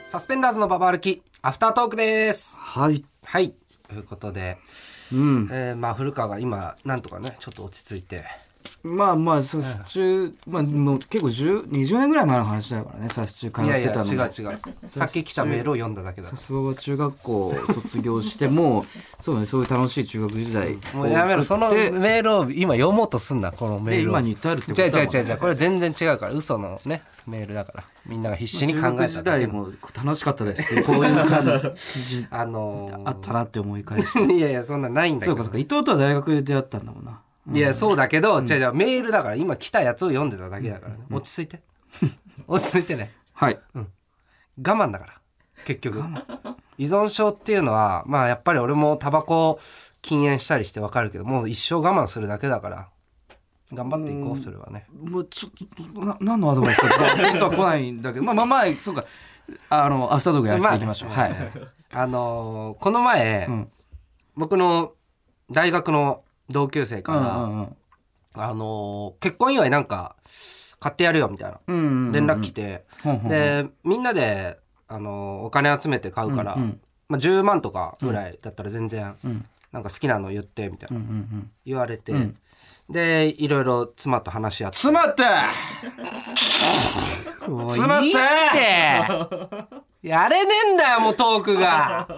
サスペンダーズのババ歩きアフタートークです。 はいはいということで、まあ古川が今なんとかねちょっと落ち着いて、 まあ撮中、もう結構20年ぐらい前の話だからね。撮中通ってたので。 いや違うさっき来たメールを読んだだけだ。 さすがは中学校卒業してもそういう楽しい中学時代もうやめろ、そのメールを今読もうとすんな。このメールを今に至るってことだもんね。 違うこれ全然違うから、嘘のねメールだから、みんなが必死に考えただけ。 中学時代も楽しかったですってこういう感じあったなって思い返していやそんなないんだけど。 そうか伊藤とは大学で出会ったんだもんな。 いやそうだけど、じゃあメールだから今来たやつを読んでただけだからね。落ち着いて落ち着いてね。 はい、 我慢だから結局。依存症っていうのはまあやっぱり俺もタバコ禁煙したりして分かるけど、もう一生我慢するだけだから頑張っていこう。それはね。 もうちょっと何のアドバイスか本当は来ないんだけどまあそうかアフタートークやっていきましょう。はいこの前、僕の大学の同級生から、結婚祝いなんか買ってやるよみたいな連絡来て、でみんなでお金集めて買うから、まあ、10万とかぐらいだったら全然、なんか好きなの言ってみたいな、言われて、でいろいろ妻と話し合って。 詰まって詰まってやれねえんだよもうトークが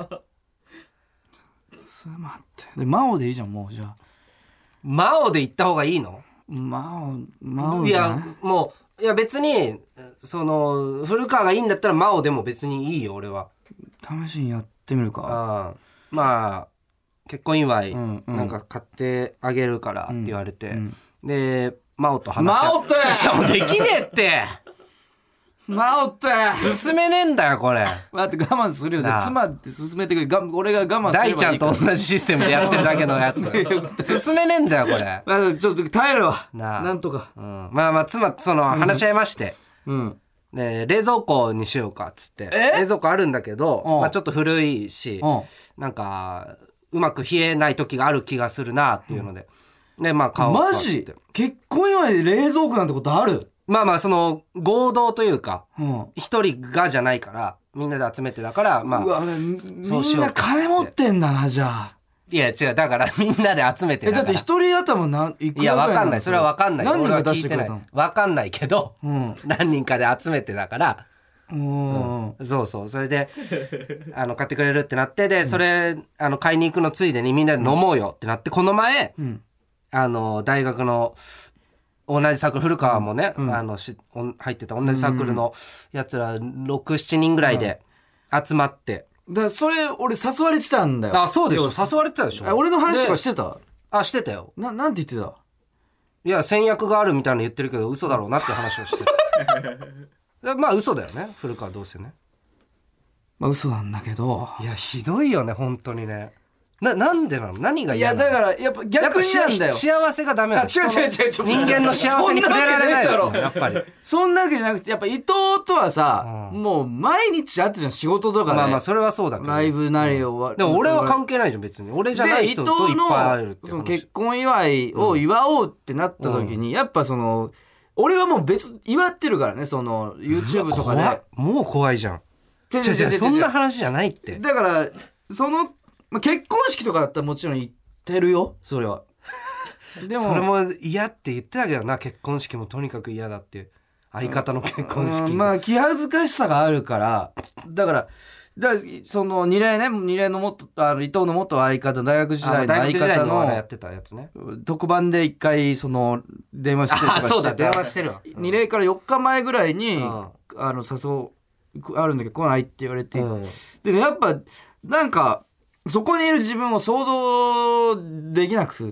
詰まってで真央でいいじゃん。もうじゃあ真央で言った方がいいの？ 真央いやもういや別にその古川がいいんだったら真央でも別にいいよ俺は。 試しにやってみるか。 まあ結婚祝いなんか買ってあげるからって言われて、で真央と話し合って。いやもうできねえって真央って進めねえんだよこれ。 待って我慢するよ。じゃあ妻って進めてくれ。俺が我慢すればいいから。 大ちゃんと同じシステムでやってるだけのやつ進めねえんだよこれ。 ちょっと耐えるわななんとか、 まあ妻その話し合いまして、冷蔵庫にしようかっつって。冷蔵庫あるんだけど、まあ、ちょっと古いし、なんかうまく冷えない時がある気がするなっていうので、でまあ買おうかっつって。 マジ結婚祝いで冷蔵庫なんてことある？ まあその合同というか一人がじゃないからみんなで集めてだからまあみんな金持ってんだなじゃあ。 いや違うだからみんなで集めてだって一人頭いくらぐらいなの？ いや分かんない、それは分かんない。 何人が出俺は聞いてない。 してくれたの？ 分かんないけど、何人かで集めてだからそうそれで買ってくれるってなって、でそれ買いに行くのついでにみんなで飲もうよってなって、この前大学の同じサークル、古川もね、入ってた同じサークルのやつら 6,7 人ぐらいで集まって、 だそれ俺誘われてたんだよ。 あそうでしょ、誘われてたでしょ。 俺の話とかしてた？ してたよ。 なんて言ってた？ いや戦略があるみたいなの言ってるけど嘘だろうなって話をしてまあ嘘だよね古川どうせね。 まあ嘘なんだけど。 いやひどいよね本当にね。なんでなの？何が嫌なの？ いやだからやっぱ逆になんだよ。 幸せがダメなの？ 違う人間の幸せに触れられないだろやっぱり。 そんなわけじゃなくて、やっぱ伊藤とはさ、もう毎日会ってるじゃん仕事とかで。 まあそれはそうだけどライブなりを、 でも俺は関係ないじゃん別に。俺じゃない人といっぱい会えるって話。 その結婚祝いを祝おうってなった時に、やっぱその俺はもう祝ってるからね、その YouTube とかで。 もう怖いじゃん。そんな話じゃないって。 だからその結婚式とかだったらもちろん行ってるよそれは。 でもそれも嫌って言ってたけどな。結婚式もとにかく嫌だっていう。相方の結婚式、 まあ気恥ずかしさがあるから、だからその二例の元伊藤の元相方、大学時代の相方のやってたやつね、 特番で一回その電話してとかしてた。 そうだ電話してるわ。 二例から4日前ぐらいに誘うあるんだけど来ないって言われて、でやっぱなんかそこにいる自分を想像できなくって、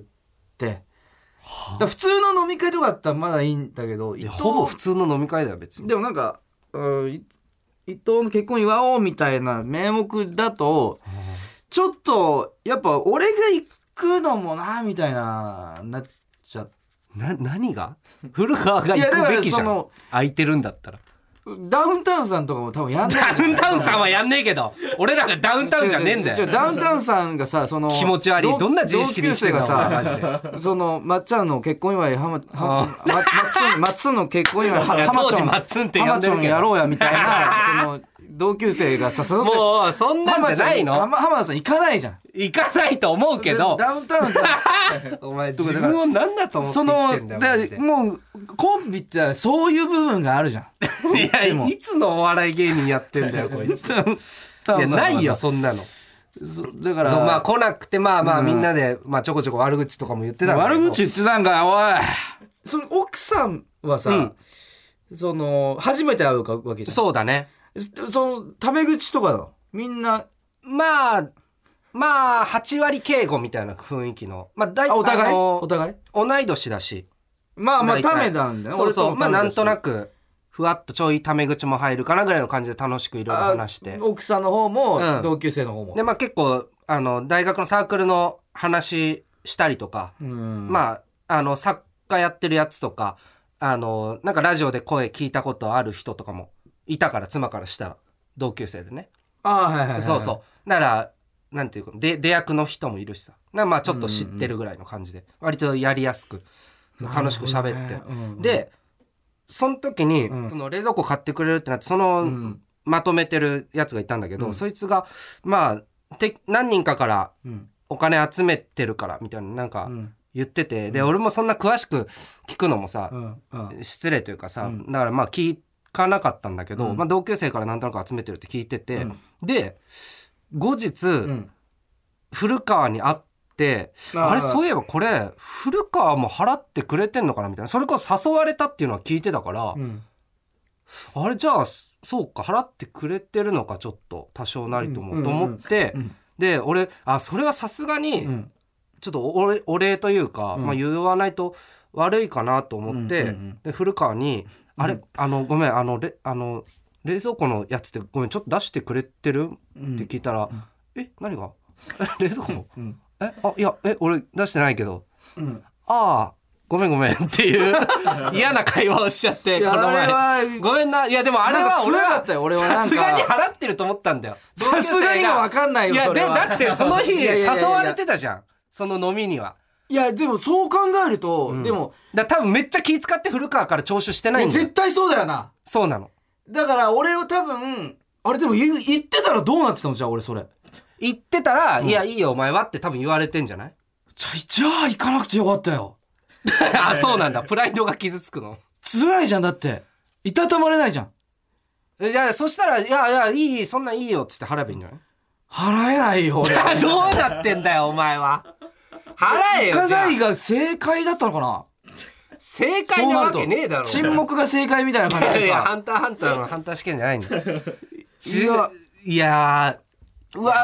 普通の飲み会とかだったらまだいいんだけど、 ほぼ普通の飲み会だよ別に。 でもなんか伊藤の結婚祝おうみたいな名目だとちょっとやっぱ俺が行くのもなみたいななっちゃって。 何が？古川が行くべきじゃん空いてるんだったら。 ダウンタウンさんとかも多分やんない。 ダウンタウンさんはやんねえけど、俺らがダウンタウンじゃねえんだよ。 ダウンタウンさんがさ、その気持ち悪い、どんな自意識で生きてるかさ、マジで。 そのまっちゃんの結婚祝い、マッツンの結婚祝い、 当時マッツンって呼んでるけど、 やろうやみたいなその同級生がさ、 もうそんなんじゃないの。 浜田さん行かないじゃん。 行かないと思うけど、 ダウンタウンさんお前自分を何だと思って生きてんだよ。 だからもうコンビってそういう部分があるじゃん。 いや、いつのお笑い芸人やってんだよこいつ。いや、ないよそんなの。 だからそう、まあ来なくて、まあみんなで、まあちょこちょこ悪口とかも言ってたんだけど。 悪口言ってたんかおい。その奥さんはさ、その初めて会うわけじゃん。 そうだね。 そのタメ口とかなのみんな。 まあ8割敬語みたいな雰囲気の、まあ大体お互い同い年だし、 まあタメなんだよね。 そうそう、まあなんとなくふわっとちょいタメ口も入るかなぐらいの感じで楽しくいろいろ話して、 奥さんの方も、同級生の方もで、まあ結構大学のサークルの話したりとか、まあ作家やってるやつとか、なんかラジオで声聞いたことある人とかもいたから、妻からしたら同級生でね。そうそう、だからなんていうか、出役の人もいるしさ、まあちょっと知ってるぐらいの感じで、割とやりやすく楽しく喋って、でその時に、その冷蔵庫買ってくれるってなって、その、まとめてるやつがいたんだけど、そいつがまあ何人かからお金集めてるからみたいななんか言ってて、で俺もそんな詳しく聞くのもさ、失礼というかさ、だからまあ聞かなかったんだけど、まあ同級生からなんとなく集めてるって聞いてて、で後日、古川に会って、あれそういえばこれ古川も払ってくれてんのかなみたいな、それこそ誘われたっていうのは聞いてたから、あれじゃあそうか、払ってくれてるのか、ちょっと多少なりとも、と思って、で俺それはさすがにちょっとお礼というか、まあ、言わないと悪いかなと思って、で古川に「あれごめん、冷蔵庫のやつってごめんちょっと出してくれてる?」って聞いたら「何が冷蔵庫いや俺出してないけど、ああごめん」っていう嫌な会話をしちゃって、この前ごめんな。いやでもあれは俺はさすがに払ってると思ったんだよ。 さすがには分かんないよ。 いやでもだってその日誘われてたじゃん、その飲みには。 いやでもそう考えると、でも多分めっちゃ気遣って古川から徴収してないんだよ。 絶対そうだよな。 そうなの。 だから俺は多分あれでも言ってたらどうなってたの？じゃあ俺それ言ってたら、いやいいよお前はって多分言われてんじゃない？ じゃあ行かなくてよかったよ。 あ、そうなんだ。プライドが傷つくの。 辛いじゃん。だっていたたまれないじゃん。 いやそしたらいやいい、そんなんいいよっつって払えばいいんじゃない？ 払えないよ俺。 どうなってんだよお前は。払えよ。 行かないが正解だったのかな。 正解なわけねえだろ。 沈黙が正解みたいな感じでさ。 いやハンターハンターのハンター試験じゃないんだよ。いやうわ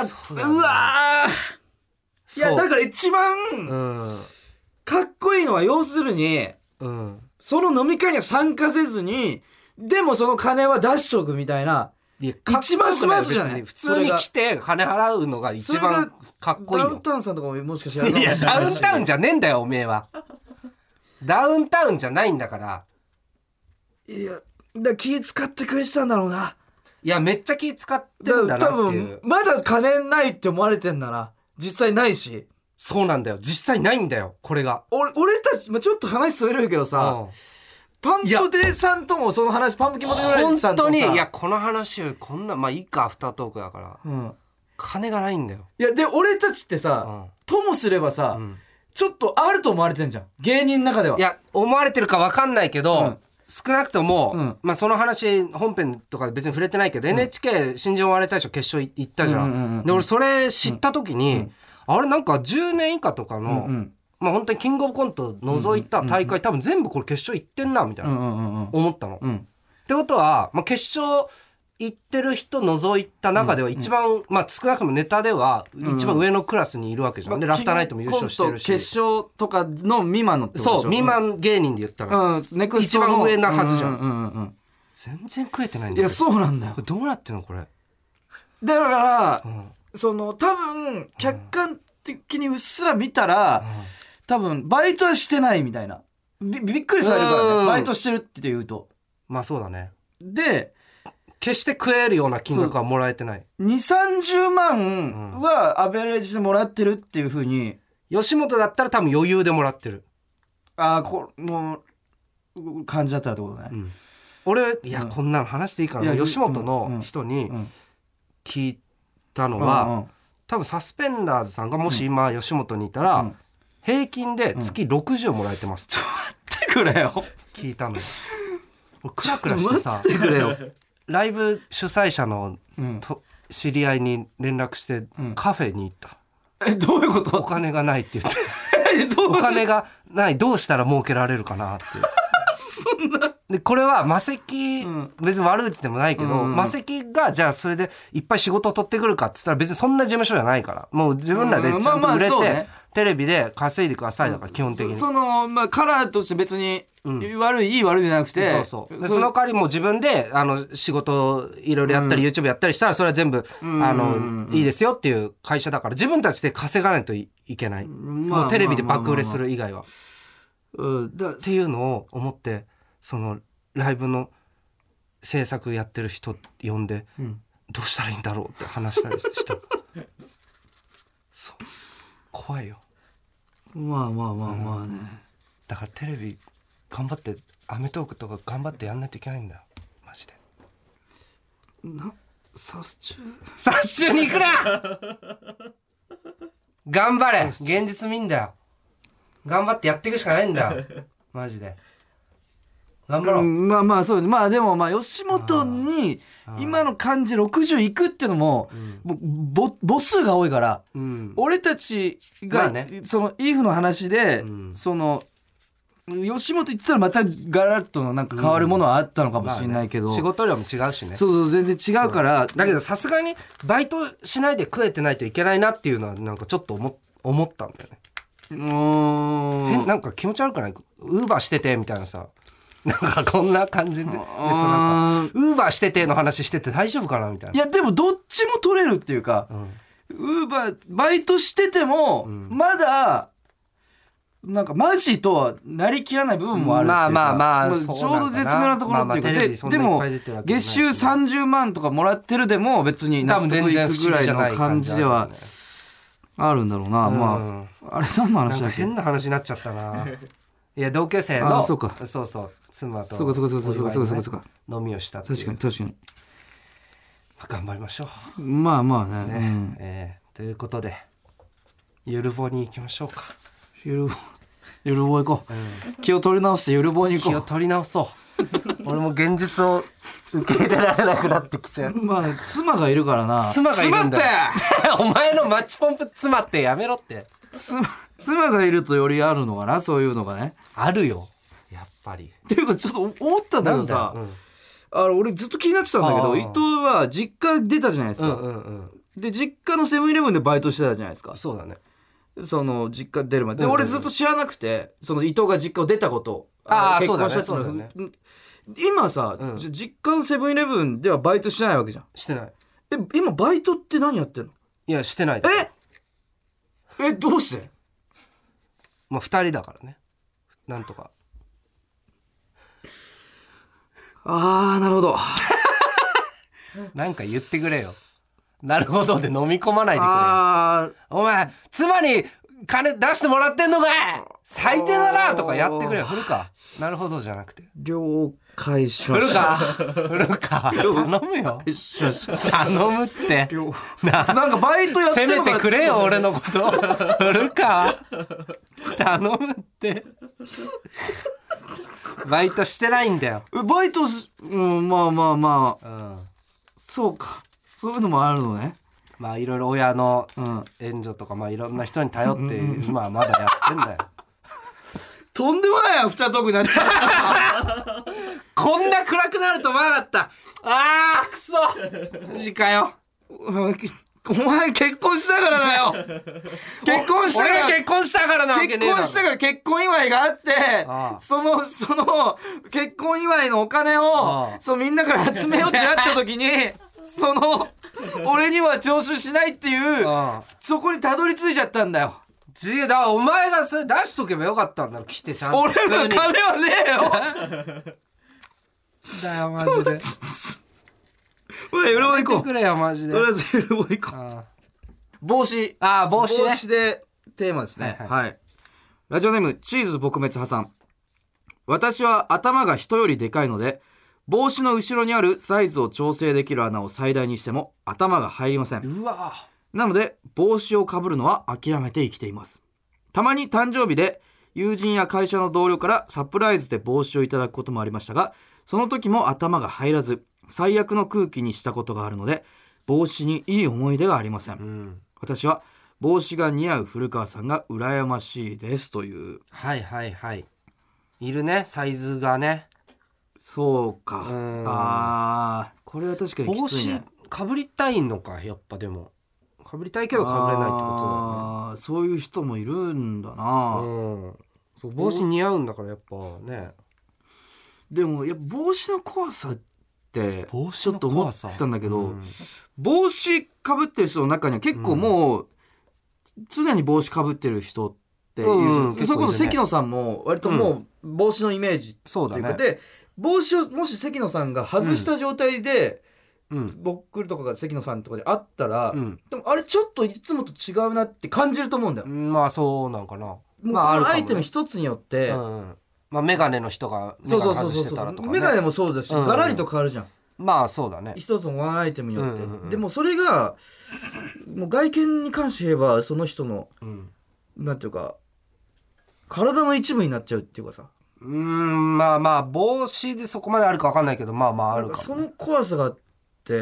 いやだから一番、かっこいいのは要するに、その飲み会には参加せずにでもその金は出しとくみたいな。一番スマートじゃない？ 普通に来て金払うのが一番かっこいいよ。 ダウンタウンさんとかももしかしていやダウンタウンじゃねえんだよおめえは。ダウンタウンじゃないんだから。 いや気使ってくれてたんだろうな。 いやめっちゃ気使ってるんだなっていう。多分まだ金ないって思われてんだな。実際ないし。 そうなんだよ、実際ないんだよこれが。 俺たち、ちょっと話それるけどさ、パンポテさんともその話、パンプキモテぐらいさんともさ、 本当にいやこの話こんなまあいいかアフタートークだから、金がないんだよ。 いやで俺たちってさ、ともすればさ、ちょっとあると思われてんじゃん芸人の中では。 いや思われてるか分かんないけど、少なくとも、まあその話本編とかで別に触れてないけど、NHK 新人お笑い大賞決勝行ったじゃん。で俺それ知った時に、あれなんか10年以下とかの、まあ本当にキングオブコント除いた大会、多分全部これ決勝行ってんなみたいな、思ったの。ってことは、まあ、決勝行ってる人除いた中では一番、まあ少なくともネタでは一番上のクラスにいるわけじゃん。でラフターナイトも優勝してるし、 決勝とかの未満のってことでしょ。 そう未満芸人で言ったら、一番上なはずじゃん。全然食えてないんだよ。 いやそうなんだよ。 これどうなってんのこれ。 だから、その多分客観的にうっすら見たら、多分バイトはしてないみたいな。びっくりされるからね、バイトしてるって言うと。 まあそうだね。 で決して食えるような金額はもらえてない。 2,30 万はアベレージでもらってるっていう風に、 吉本だったら多分余裕でもらってる。 この感じだったらってことね、 俺いや、こんなの話していいかな。吉本の人に聞いたのは、多分サスペンダーズさんがもし今吉本にいたら、平均で月60もらえてます、 ちょっと待ってくれよ。 聞いたのよ。俺クラクラしてさ、 待ってくれよ。 ライブ主催者の知り合いに連絡してカフェに行った。 どういうこと？ お金がないって言ってお金がないどうしたら儲けられるかなってそんなでこれはマセキ、別に悪口でもないけど、マセキがじゃあそれでいっぱい仕事を取ってくるかって言ったら別にそんな事務所じゃないから、もう自分らでちゃんと売れて、テレビで稼いでくださいだから、基本的にその、カラーとして別に悪いじゃなくて、 でその代わりもう自分で仕事いろいろやったり、YouTube やったりしたらそれは全部いいですよっていう会社だから、自分たちで稼がないといけない、もうテレビで爆売れする以外は、っていうのを思って、そのライブの制作やってる人呼んで、どうしたらいいんだろうって話したりしたそう怖いよ。 まあね、 だからテレビ頑張って、アメトーークとか頑張ってやんないといけないんだよマジで。 サス中に行くな頑張れ、現実見んだよ、頑張ってやっていくしかないんだよマジで頑張ろう。 そう、でも吉本に今の感じ60いくっていうのも、母数が多いから、俺たちが、そのイーフの話で、その吉本行ってたらまたガラッとなんか変わるものはあったのかもしれないけど、 仕事量も違うしね。 そう全然違うから。 だけどさすがにバイトしないで食えてないといけないなっていうのはなんかちょっと思ったんだよね。なんか気持ち悪くない？ウーバーしててみたいなさ、なんかこんな感じでなんかウーバーしてての話してて大丈夫かなみたいな。 いやでもどっちも取れるっていうか、ウーバーバイトしててもまだなんかマジとはなりきらない部分もあるっていうか、ちょうど絶妙なところっていうか、でも月収30万とかもらってるでも別に納得いくぐらいの感じではあるんだろうな。あれ何の話だっけ？ 変な話になっちゃったな。いや同級生のそう妻と飲みをしたっていう。 確かに頑張りましょう。 まあね。 ということでゆるぼに行きましょうか。 ゆるぼ行こう、気を取り直してゆるぼに行こう。 気を取り直そう俺も現実を受け入れられなくなってきちゃう。 妻がいるからな。 妻がいるんだお前のマッチポンプ妻ってやめろって。 妻がいるとよりあるのかな、そういうのがね。 あるよやっぱり。 っていうかちょっと思ったんだけどさ、俺ずっと気になってたんだけど、伊藤は実家出たじゃないですか、で実家のセブンイレブンでバイトしてたじゃないですか。 そうだね。 その実家出るまで、で俺ずっと知らなくて、その伊藤が実家を出たことを、 結婚したってことね。 今さ、実家のセブンイレブンではバイトしてないわけじゃん。 してない。 今バイトって何やってんの？ いやしてない。 どうして？ 2人だからね、なんとか。 なるほどなんか言ってくれよ。なるほどで飲み込まないでくれよ。お前妻に金出してもらってんのかい、最低だなとかやってくれよ。古川なるほどじゃなくて了解しました。 古川頼むよ。頼むってなんかバイトやってるからせめてくれよ俺のこと古川頼むってバイトしてないんだよ。 バイトそうか、そういうのもあるのね。 いろいろ親の援助とか、いろんな人に頼って今はまだやってんだよとんでもないアフタートークになっちゃうこんな暗くなると思わなかった。くそマジかよ。 お前結婚したからだよ結婚したから。 俺が結婚したからなわけねえだろ。 結婚したから結婚祝いがあって、その結婚祝いのお金をみんなから集めようってなった時に俺には徴収しないっていう、そこにたどり着いちゃったんだよ。 だお前がそれ出しとけばよかったんだろ。来てちゃんと。 俺の金はねえよだよマジでエルボー行こう。 やめてくれよマジで。 とりあえずエルボー行こう。帽子。 帽子ね。 帽子でテーマですね。はい。ラジオネームチーズ撲滅派さん。私は頭が人よりでかいので、帽子の後ろにあるサイズを調整できる穴を最大にしても頭が入りません。 うわ。 なので帽子をかぶるのは諦めて生きています。たまに誕生日で友人や会社の同僚からサプライズで帽子をいただくこともありましたが、その時も頭が入らず最悪の空気にしたことがあるので、帽子にいい思い出がありません。私は帽子が似合う古川さんが羨ましいですという。 はいはいはい。いるね、サイズがね。 そうか。これは確かにきついね。 帽子かぶりたいのか、やっぱ。でもかぶりたいけどかぶれないってことだよね。 そういう人もいるんだな。 そう、帽子似合うんだからやっぱね。 でもやっぱ帽子の怖さってちょっと思ったんだけど、帽子かぶってる人の中には結構もう常に帽子かぶってる人っている。それこそ関野さんも割ともう帽子のイメージっていうかで、帽子をもし関野さんが外した状態で、僕とかが関野さんとかで会ったら、でもあれちょっといつもと違うなって感じると思うんだよ。 まあそうなんかな。 もうこのアイテム一つによって、 まあメガネの人がメガネ外してたらとかね。 メガネもそうだし、ガラリと変わるじゃん。 まあそうだね。 一つのワンアイテムによって、でもそれがもう外見に関して言えばその人の、なんていうか体の一部になっちゃうっていうかさ。 まあまあ帽子でそこまであるか分かんないけど、まあまああるかも、ね。 その怖さがあって、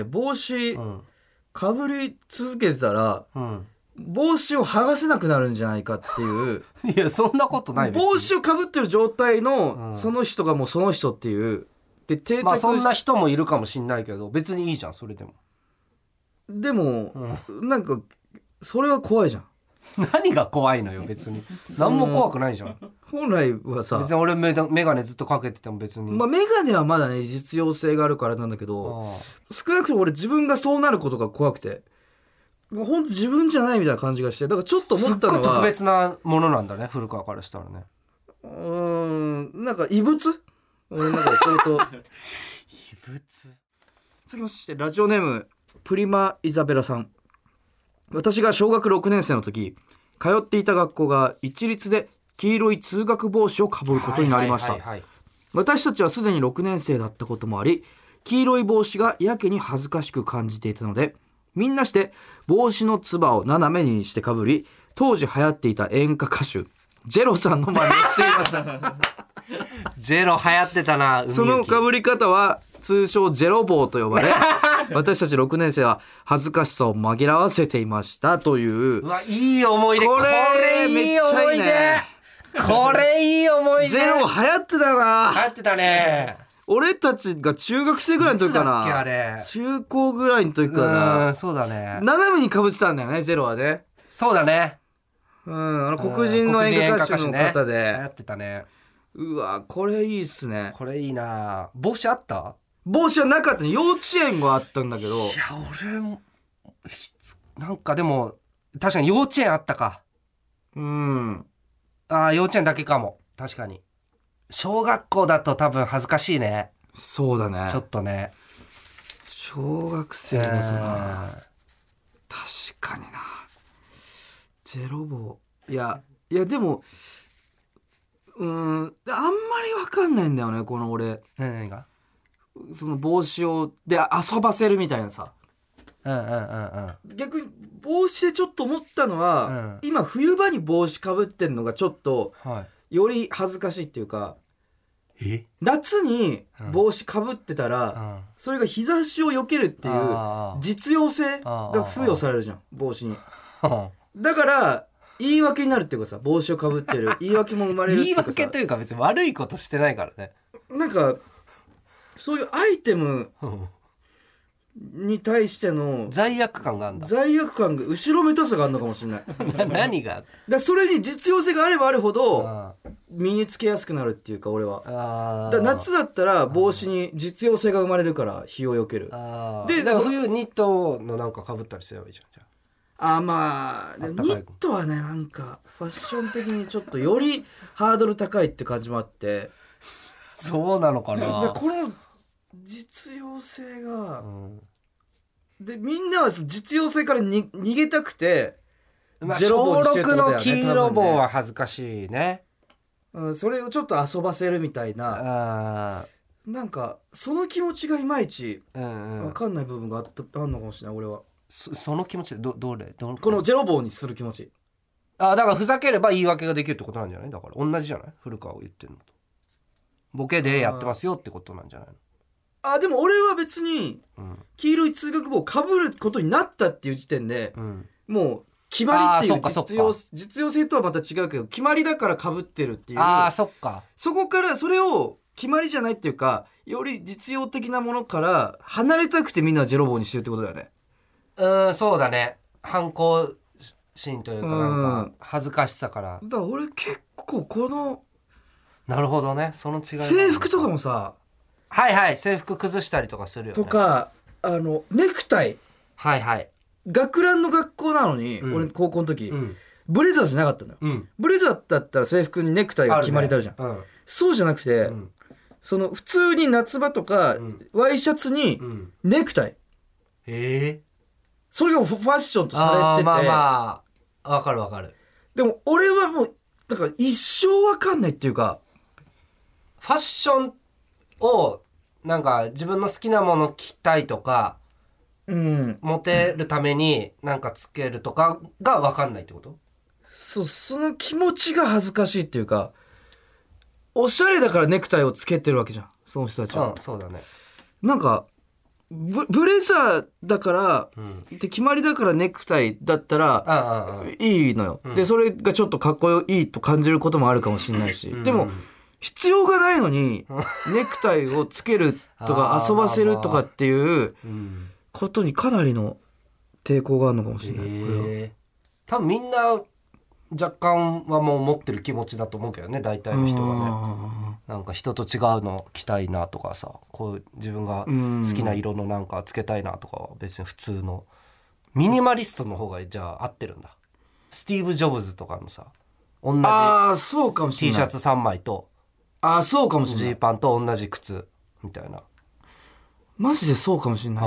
帽子かぶり続けてたら、帽子を剥がせなくなるんじゃないかっていう。 いやそんなことない。 帽子をかぶってる状態の、その人がもうその人っていうで定着。 まあそんな人もいるかもしんないけど、別にいいじゃんそれでも。 でも、なんかそれは怖いじゃん。 何が怖いのよ別に。何も怖くないじゃん。 本来はさ、 別に俺メガネずっとかけてても別に。 まあメガネはまだね実用性があるからなんだけど、少なくとも俺自分がそうなることが怖くて、ほんと自分じゃないみたいな感じがして、だからちょっと思ったのはすっごい特別なものなんだね、古川からしたらね。 なんか異物、なんか相当異物。続きましてラジオネームプリマイザベラさん。私が小学6年生の時、通っていた学校が一律で黄色い通学帽子をかぶることになりました。私たちはすでに6年生だったこともあり、黄色い帽子がやけに恥ずかしく感じていたので、みんなして帽子のつばを斜めにしてかぶり、当時流行っていた演歌歌手ジェロさんの真似をしていましたジェロ流行ってたな。 そのかぶり方は通称ジェロ帽と呼ばれ私たち6年生は恥ずかしさを紛らわせていましたという。 うわ、いい思い出。 これいい思い出。 これいい思い出。 ジェロ流行ってたな。 流行ってたね。 俺たちが中学生ぐらいの時かな。 あれ中高ぐらいの時かな。 そうだね。 斜めにかぶってたんだよねジェロはね。 そうだね。 黒人の演歌歌手の方で、 流行ってたね。 うわこれいいっすね。 これいいな。帽子あった？ 帽子はなかったね。幼稚園はあったんだけど。 いや俺もなんかでも確かに幼稚園あったか。幼稚園だけかも。確かに小学校だと多分恥ずかしいね。 そうだね。 ちょっとね。 小学生だとな、確かにな。ジェロ帽、いやでもあんまり分かんないんだよねこの俺。 何が？ その帽子をで遊ばせるみたいなさ。逆に帽子でちょっと思ったのは、今冬場に帽子かぶってんのがちょっと、より恥ずかしいっていうか、夏に帽子かぶってたら、それが日差しを避けるっていう実用性が付与されるじゃん帽子に。だから言い訳になるっていうかさ、帽子をかぶってる言い訳も生まれるっていうかさ。 言い訳というか別に悪いことしてないからね。 なんかそういうアイテムに対しての罪悪感があるんだ。 罪悪感が後ろめたさがあるのかもしれない何が？ だそれに実用性があればあるほど身につけやすくなるっていうか、俺はだ夏だったら帽子に実用性が生まれるから日を避ける。 でだから冬ニットのなんか被ったりすればいいじゃん。じゃまあニットはねなんかファッション的にちょっとよりハードル高いって感じもあってそうなのかな。 この実用性が、でみんなは実用性から逃げたくて、 小6の黄色棒は恥ずかしいね、 それをちょっと遊ばせるみたいな、なんかその気持ちがいまいち分かんない部分があんのかもしれない俺は。 その気持ちでどれこのジェロ棒にする気持ち。 だからふざければ言い訳ができるってことなんじゃない？だから同じじゃない？古川を言ってるのとボケでやってますよってことなんじゃないの？ でも俺は別に黄色い通学帽をかぶることになったっていう時点で、もう決まりっていう実用性とはまた違うけど決まりだからかぶってるっていう。 そっか。 そこからそれを決まりじゃないっていうか、より実用的なものから離れたくてみんなジェロ棒にしてるってことだよね。 そうだね。反抗心というかなんか恥ずかしさから。 だから俺結構このなるほどね、その違い。 制服とかもさ、 制服崩したりとかするよね。 とかネクタイ、学ランの学校なのに、俺高校の時、ブレザーじゃなかったのよ、ブレザーだったら制服にネクタイが決まりであるじゃん、そうじゃなくて、その普通に夏場とか、ワイシャツにネクタイ、それがファッションとされてて、 わかる。 でも俺はもうだから一生わかんないっていうか、 ファッションをなんか自分の好きなもの着たいとか、モテるためになんかつけるとかがわかんないってこと？ その気持ちが恥ずかしいっていうか、おしゃれだからネクタイをつけてるわけじゃん、その人たちは。 そうだね。 なんかブレザーだから、で決まりだからネクタイだったらいいのよ、でそれがちょっとかっこいいと感じることもあるかもしれないし、でも必要がないのにネクタイをつけるとか遊ばせるとかっていうことにかなりの抵抗があるのかもしれない、 多分みんな若干はもう持ってる気持ちだと思うけどね、大体の人がね。なんか人と違うの着たいなとかさ、こう自分が好きな色のなんかつけたいなとかは別に普通のミニマリストの方がじゃあ合ってるんだ。スティーブ・ジョブズとかのさ、同じそうかもしれない。 T シャツ3枚とそうかもしれない。 ジーパンと同じ靴みたいな。 マジでそうかもしれない。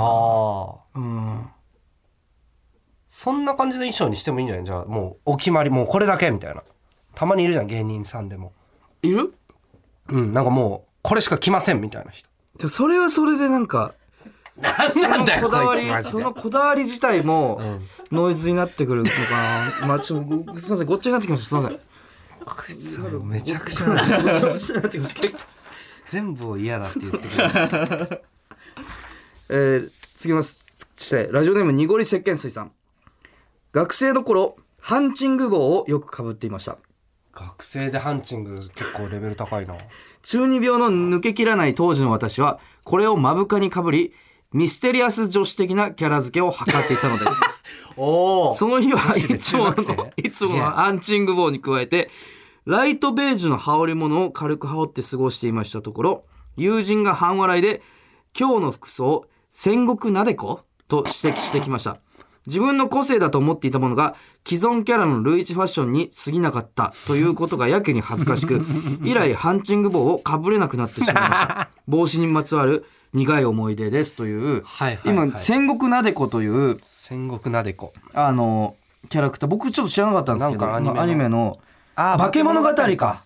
そんな感じの衣装にしてもいいんじゃない？じゃあもうお決まり、もうこれだけみたいな。たまにいるじゃん、芸人さんでも。 いる？ なんかもうこれしか着ませんみたいな人。 それはそれでなんかなんだよこいつマジで。 そのこだわり自体もノイズになってくるのかな。ちょっとすいません、ごっちゃになってきました。すいません。 こいつはめちゃくちゃな全部を嫌だって言ってる。次してラジオネームにごり石鹸水さん。学生の頃ハンチング帽をよくかぶっていました。 学生でハンチング結構レベル高いな。 中二病の抜けきらない当時の私はこれを目深にかぶり、ミステリアス女子的なキャラ付けを図っていたのですその日はいつものハンチング帽に加えてライトベージュの羽織物を軽く羽織って過ごしていましたところ、友人が半笑いで今日の服装戦国なでこと指摘してきました。自分の個性だと思っていたものが既存キャラの類似ファッションに過ぎなかったということがやけに恥ずかしく以来ハンチング帽をかぶれなくなってしまいました帽子にまつわる苦い思い出ですという、今戦国なでこという戦国なでこキャラクター、僕ちょっと知らなかったんですけど、アニメの化け物語か。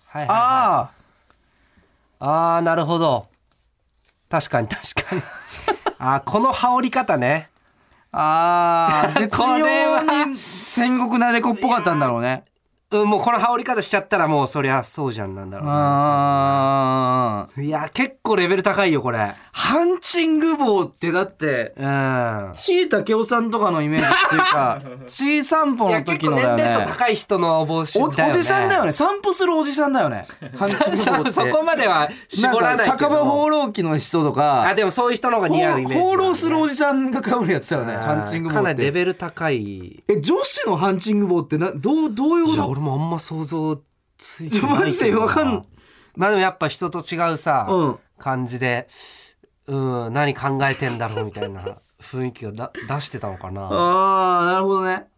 なるほど。確かにこの羽織り方ね。 絶妙に戦国なでこっぽかったんだろうね。 もうこの羽織り方しちゃったらもうそりゃそうじゃんなんだろうね。いや結構レベル高いよこれ。 ハンチング帽ってだって椎茸雄さんとかのイメージっていうかちい散歩の時のだよね。 結構年齢層高い人の帽子だよね。 おじさんだよね。散歩するおじさんだよね。ハンチング帽ってそこまでは絞らないけど、 酒場放浪記の人とかでもそういう人の方が似合うイメージ、 放浪するおじさんが被るやつだよね。ハンチング帽ってかなりレベル高い。 女子のハンチング帽ってどういうこと？ いや俺もあんま想像ついてないけどな。 マジでわかん。 でもやっぱ人と違うさ、感じで何考えてんだろうみたいな雰囲気を出してたのかな。 なるほどね。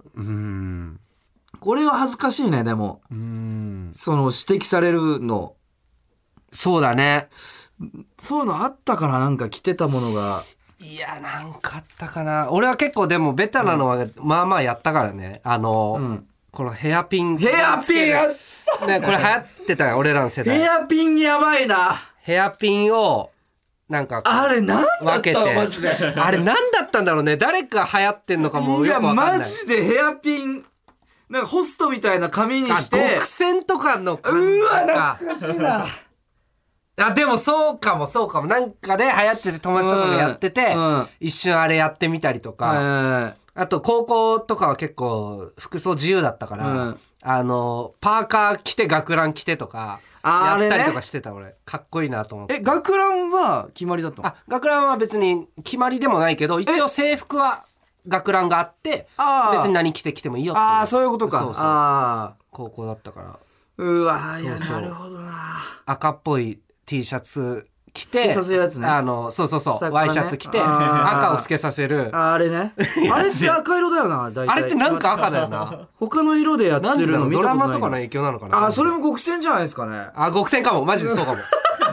これは恥ずかしいね。でもその指摘されるのそうだね。 そういうのあったかな、なんか着てたものが。 いやなんかあったかな。俺は結構でもベタなのはまあまあやったからね。このヘアピンやったね、これ流行ってたよ俺らの世代。 ヘアピンやばいな。 ヘアピンをなんかあれなんだったのマジで。 あれなんだったんだろうね。誰か流行ってんのかもよくわかんない。 いやマジでヘアピンなんかホストみたいな髪にして極線とかのうわ懐かしいな。 でもそうかもなんかで流行ってて友達とかがやってて、一瞬あれやってみたりとか、あと高校とかは結構服装自由だったから、パーカー着て学ラン着てとかやったりとかしてた俺。かっこいいなと思って。 学ランは決まりだったの？ 学ランは別に決まりでもないけど、一応制服は学ランがあって別に何着てきてもいいよっていう。 そういうことか。そう高校だったから。 うわいやなるほどな。 赤っぽいT シャツ着てさせるやつね。 そう、ワイシャツ着て赤を透けさせる。 あれね。あれって赤色だよな。大体あれってなんか赤だよな。 他の色でやってるの見たことない。 ドラマとかの影響なのかな。 それも極戦じゃないですかね。 極戦かも。マジでそうかも。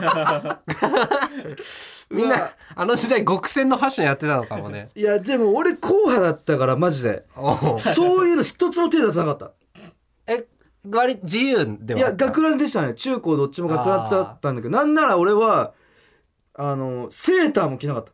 みんなあの時代極戦のファッションやってたのかもね。 いやでも俺硬派だったからマジでそういうの一つも手出さなかった。 割自由では。 いや学ランでしたね。中高どっちも学ランだったんだけど、なんなら俺はセーターも着なかった。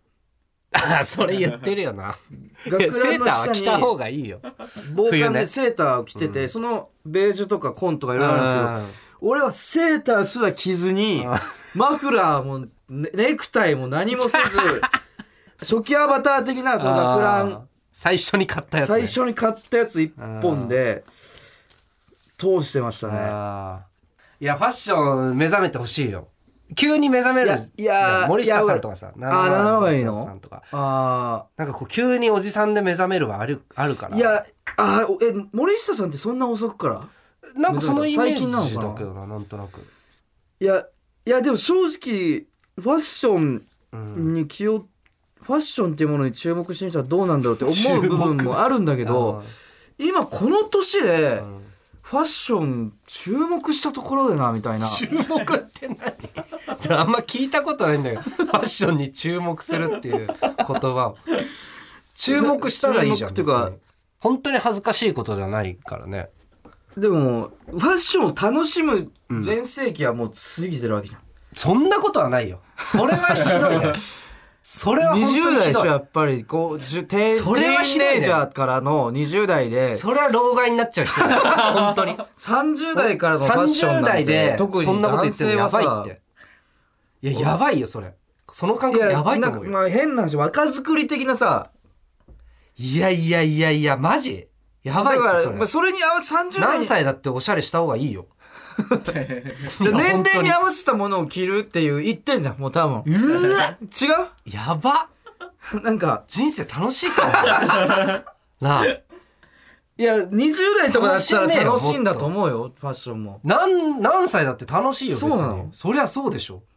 それ言ってるよな。 学ランの下にセーターは着た方がいいよ。 防寒でセーターを着てて、そのベージュとか紺とかいろいろあるんですけど、俺はセーターすら着ずにマフラーもネクタイも何もせず初期アバター的なその学ラン最初に買ったやつ、 最初に買ったやつ1本で通してましたね。 いやファッション目覚めてほしいよ。急に目覚める。 いや森下さんとかさ、 7がいいのさんとかなんかこう急におじさんで目覚めるはあるから。 いや森下さんってそんな遅くからなんかそのイメージだけどな、なんとなく。 いやでも正直ファッションにファッションっていうものに注目してみたらどうなんだろうって思う部分もあるんだけど、今この年でファッション注目したところでなみたいな。 注目って何？じゃああんま聞いたことないんだけど、ファッションに注目するっていう言葉を。注目したらいいじゃん。っていうか本当に恥ずかしいことじゃないからね。 でもファッションを楽しむ全盛期はもう過ぎてるわけじゃん。 そんなことはないよ。それはひどいね。それは本当にひどい。 20代でしょやっぱりこうティーンエイジャーからの20代でそれは老害になっちゃう人本当に 30代からのファッションなんて 30代で特にそんなこと言ってるのやばいって。いややばいよそれ。その感覚やばいと思うよ。 まあ変な話若作り的なさ。 いやマジやばいってそれ。 だからそれに合わせ30代何歳だっておしゃれした方がいいよ。 年齢に合わせたものを着るっていう言ってんじゃんもう多分。違う？ やば。 なんか人生楽しいかもなあ。 いや20代とかだったら楽しいんだと思うよファッションも。 何歳だって楽しいよ別に。 そうなの？ そりゃそうでしょ。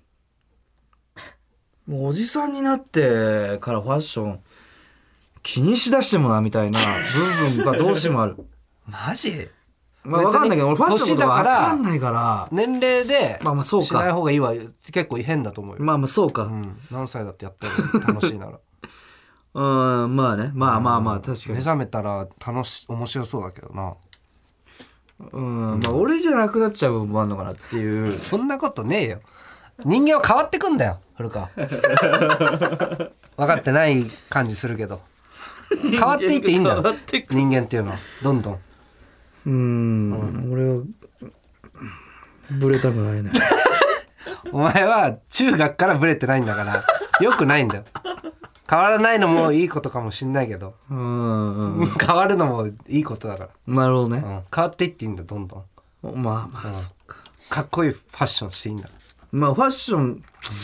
もうおじさんになってからファッション気にしだしてもなみたいな部分がどうしてもある。 マジ？ まあ分かんないけど俺ファッションとか分かんないから年齢でそうかしない方がいいは結構変だと思うよ。 まあそうか、 何歳だってやったら楽しいならまあねまあ確かに目覚めたら面白そうだけどな。 まあ俺じゃなくなっちゃう部分もあるのかなっていうそんなことねえよ。人間は変わってくんだよ古川。分かってない感じするけど変わっていっていいんだよ人間っていうのはどんどん。 俺はブレたくないね。 お前は中学からブレてないんだからよくないんだよ。変わらないのもいいことかもしんないけど変わるのもいいことだから。 なるほどね、 変わっていっていいんだどんどん。 まあそっか。 かっこいいファッションしていいんだ。 まあファッション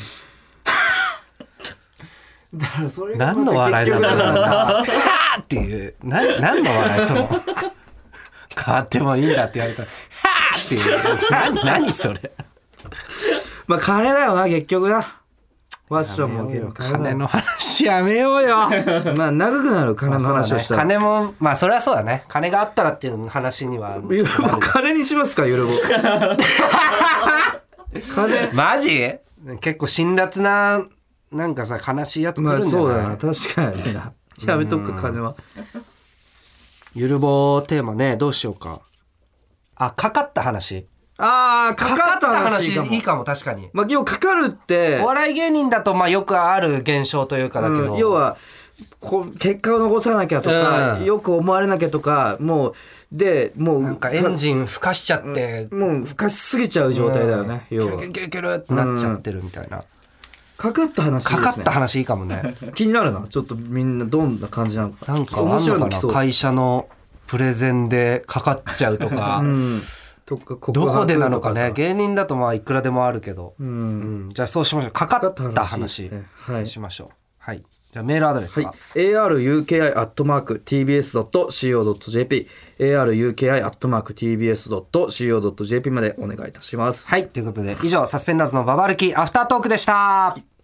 だからそれが何の笑いなんだろうなっていう何の笑いその変わってもいいんだって言われたらはーっていう何それ。 まあ金だよな結局な。ファッションも金の話やめようよ。 まあ長くなる金の話をしたら、 金もまあそれはそうだね。金があったらっていう話には金にしますかゆるぼ。 金マジ結構辛辣ななんかさ悲しいやつ来るんじゃない、 そうだな確かになやめとくか金は。 ゆるぼテーマねどうしようか。かかった話。 かかった話いいかも確かに。 要はかかるってお笑い芸人だとよくある現象というかだけど、 要は結果を残さなきゃとか、よく思われなきゃとかもうなんかエンジンふかしちゃって、 もうふかしすぎちゃう状態だよね、要はキュルキュルキュルってなっちゃってるみたいな、 かかった話いいですね。 かかった話いいかもね。 気になるなちょっとみんなどんな感じなのか。 なんか面白いのかな。会社のプレゼンでかかっちゃうとか、どこでなのかね。芸人だといくらでもあるけど、じゃあそうしましょう。かかった話しましょう。はい。じゃあメールアドレスは、 aruki@tbs.co.jp aruki@tbs.co.jp までお願いいたします。 はいということで以上サスペンダーズのババ歩きアフタートークでした。